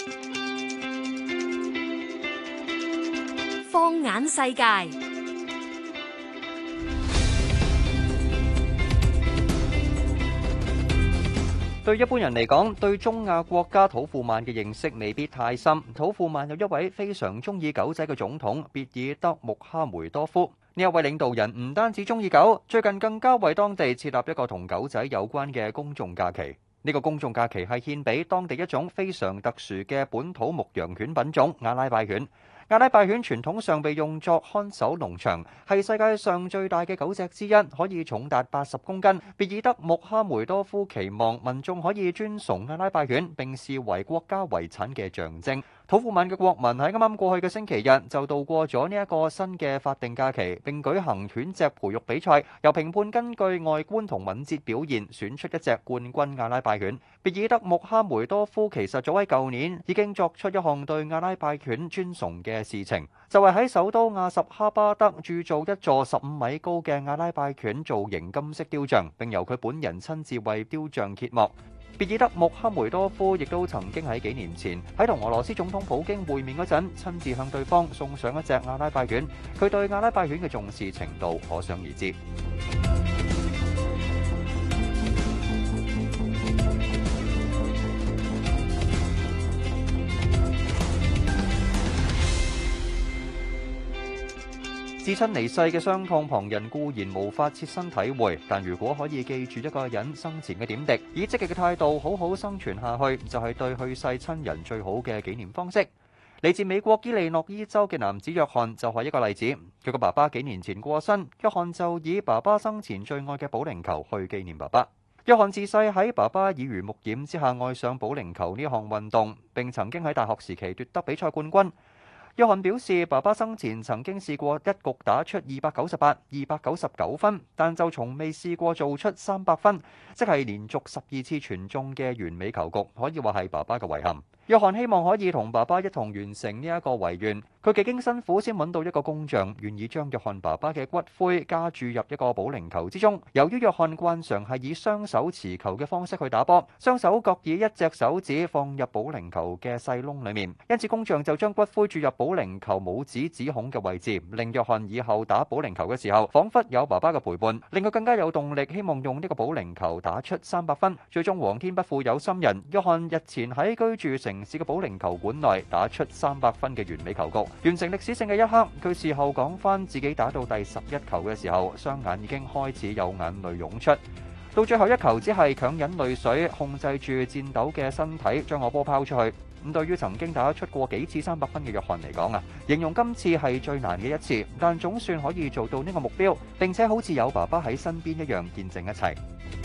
放眼世界， 對一般人嚟講，對中亞國家土庫曼嘅認識未必太深。土庫曼有一位非常中意狗仔嘅總統別爾德穆哈梅多夫。呢一位領導人唔單止中意狗，最近更加為當地設立一個同狗仔有關嘅公眾假期。呢個公眾假期係獻俾當地一種非常特殊嘅本土牧羊犬品種阿拉拜犬。阿拉拜犬傳統上被用作看守農場，係世界上最大嘅狗隻之一，可以重達80公斤。別爾德穆哈梅多夫期望民眾可以尊崇阿拉拜犬，並視為國家遺產嘅象徵。土庫曼嘅國民喺啱啱過去嘅星期日就度過咗呢一個新嘅法定假期，並舉行犬隻培育比賽，由評判根據外觀同敏捷表現選出一隻冠軍阿拉拜犬。別爾德穆哈梅多夫其實早喺舊年已經作出一項對阿拉拜犬尊崇嘅事情，就係喺首都亞什哈巴德鑄造一座15米高嘅阿拉拜犬造型金色雕像，並由佢本人親自為雕像揭幕。別爾德穆哈梅多夫亦都曾經喺幾年前喺同俄羅斯總統普京會面嗰陣，親自向對方送上一隻阿拉拜犬。佢對阿拉拜犬嘅重視程度可想而知。至親離世嘅傷痛，旁人固然無法切身體會，但如果可以記住一個人生前嘅點滴，以積極嘅態度好好生存下去，就係對去世親人最好嘅紀念方式。嚟自美國伊利諾伊州嘅男子約翰就係一個例子。佢個爸爸幾年前過身，約翰就以爸爸生前最愛嘅保齡球去紀念爸爸。約翰自細喺爸爸耳濡目染之下愛上保齡球呢項運動，並曾經喺大學時期奪得比賽冠軍。約翰表示，爸爸生前曾經試過一局打出298、299分，但就從未試過做出300分，即係連續12次傳中嘅完美球局，可以話係爸爸嘅遺憾。約翰希望可以同爸爸一同完成呢一個遺願，佢幾經辛苦先揾到一個工匠，願意將約翰爸爸嘅骨灰加注入一個保齡球之中。由於約翰慣常係以雙手持球嘅方式去打波，雙手各以一隻手指放入保齡球嘅細窿裏面，因此工匠就將骨灰注入保齡球拇指指孔嘅位置，令約翰以後打保齡球嘅時候，彷彿有爸爸嘅陪伴，令佢更加有動力，希望用呢個保齡球打出300分。最終皇天不負有心人，約翰日前喺居住城市嘅保齡球館內打出300分嘅完美球局，完成歷史性嘅一刻。佢事後講返自己打到第11球嘅時候，雙眼已經開始有眼淚湧出。到最後一球只係強忍淚水，控制住顫抖嘅身體，將個波拋出去。咁對於曾經打出過幾次300分嘅約翰嚟講形容今次係最難嘅一次，但總算可以做到呢個目標，並且好似有爸爸喺身邊一樣見證一切。